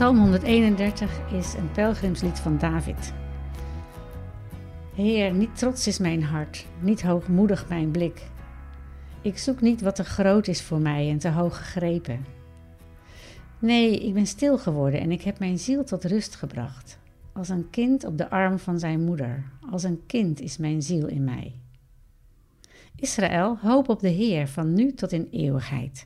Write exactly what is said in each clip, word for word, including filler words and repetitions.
Psalm honderdeenendertig is een pelgrimslied van David. Heer, niet trots is mijn hart, niet hoogmoedig mijn blik. Ik zoek niet wat te groot is voor mij en te hoog gegrepen. Nee, ik ben stil geworden en ik heb mijn ziel tot rust gebracht. Als een kind op de arm van zijn moeder, als een kind is mijn ziel in mij. Israël, hoop op de Heer van nu tot in eeuwigheid.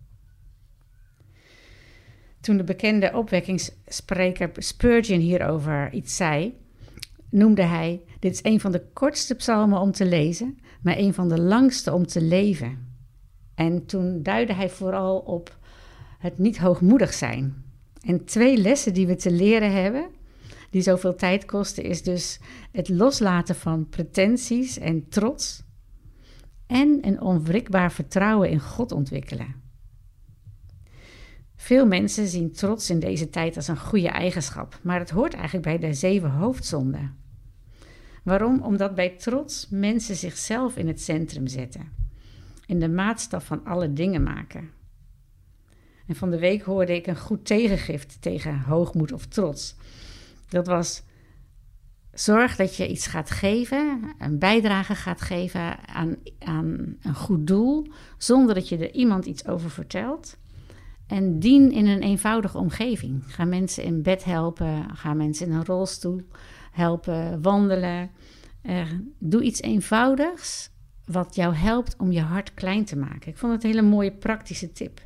Toen de bekende opwekkingsspreker Spurgeon hierover iets zei, noemde hij: dit is een van de kortste psalmen om te lezen, maar een van de langste om te leven. En toen duidde hij vooral op het niet hoogmoedig zijn. En twee lessen die we te leren hebben, die zoveel tijd kosten, is dus het loslaten van pretenties en trots en een onwrikbaar vertrouwen in God ontwikkelen. Veel mensen zien trots in deze tijd als een goede eigenschap, maar het hoort eigenlijk bij de zeven hoofdzonden. Waarom? Omdat bij trots mensen zichzelf in het centrum zetten en de maatstaf van alle dingen maken. En van de week hoorde ik een goed tegengift tegen hoogmoed of trots. Dat was: zorg dat je iets gaat geven, een bijdrage gaat geven aan, aan een goed doel, zonder dat je er iemand iets over vertelt. En dien in een eenvoudige omgeving. Ga mensen in bed helpen, ga mensen in een rolstoel helpen, wandelen. Uh, doe iets eenvoudigs wat jou helpt om je hart klein te maken. Ik vond het een hele mooie praktische tip.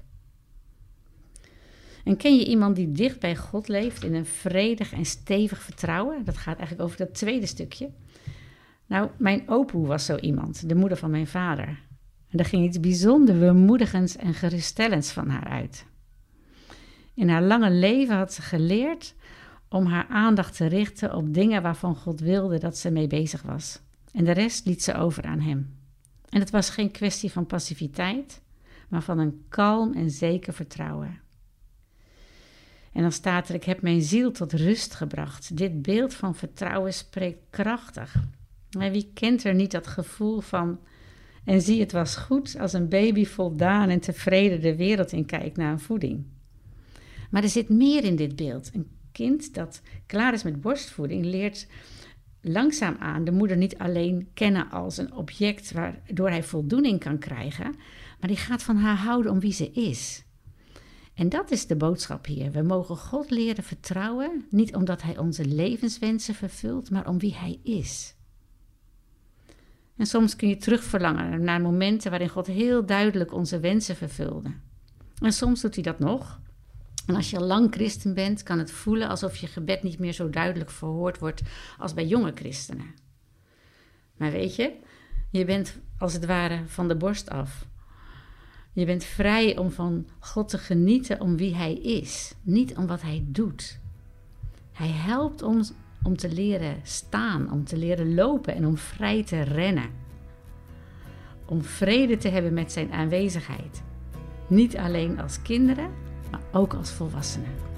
En ken je iemand die dicht bij God leeft in een vredig en stevig vertrouwen? Dat gaat eigenlijk over dat tweede stukje. Nou, mijn opoe was zo iemand, de moeder van mijn vader. En er ging iets bijzonder bemoedigends en geruststellends van haar uit. In haar lange leven had ze geleerd om haar aandacht te richten op dingen waarvan God wilde dat ze mee bezig was. En de rest liet ze over aan hem. En het was geen kwestie van passiviteit, maar van een kalm en zeker vertrouwen. En dan staat er: ik heb mijn ziel tot rust gebracht. Dit beeld van vertrouwen spreekt krachtig. Maar wie kent er niet dat gevoel van: en zie, het was goed, als een baby voldaan en tevreden de wereld in kijkt naar een voeding. Maar er zit meer in dit beeld. Een kind dat klaar is met borstvoeding leert langzaam aan de moeder niet alleen kennen als een object waardoor hij voldoening kan krijgen, maar die gaat van haar houden om wie ze is. En dat is de boodschap hier. We mogen God leren vertrouwen, niet omdat hij onze levenswensen vervult, maar om wie hij is. En soms kun je terugverlangen naar momenten waarin God heel duidelijk onze wensen vervulde. En soms doet hij dat nog. En als je al lang christen bent, kan het voelen alsof je gebed niet meer zo duidelijk verhoord wordt als bij jonge christenen. Maar weet je, je bent als het ware van de borst af. Je bent vrij om van God te genieten om wie hij is, niet om wat hij doet. Hij helpt ons om te leren staan, om te leren lopen en om vrij te rennen. Om vrede te hebben met zijn aanwezigheid. Niet alleen als kinderen, maar ook als volwassenen.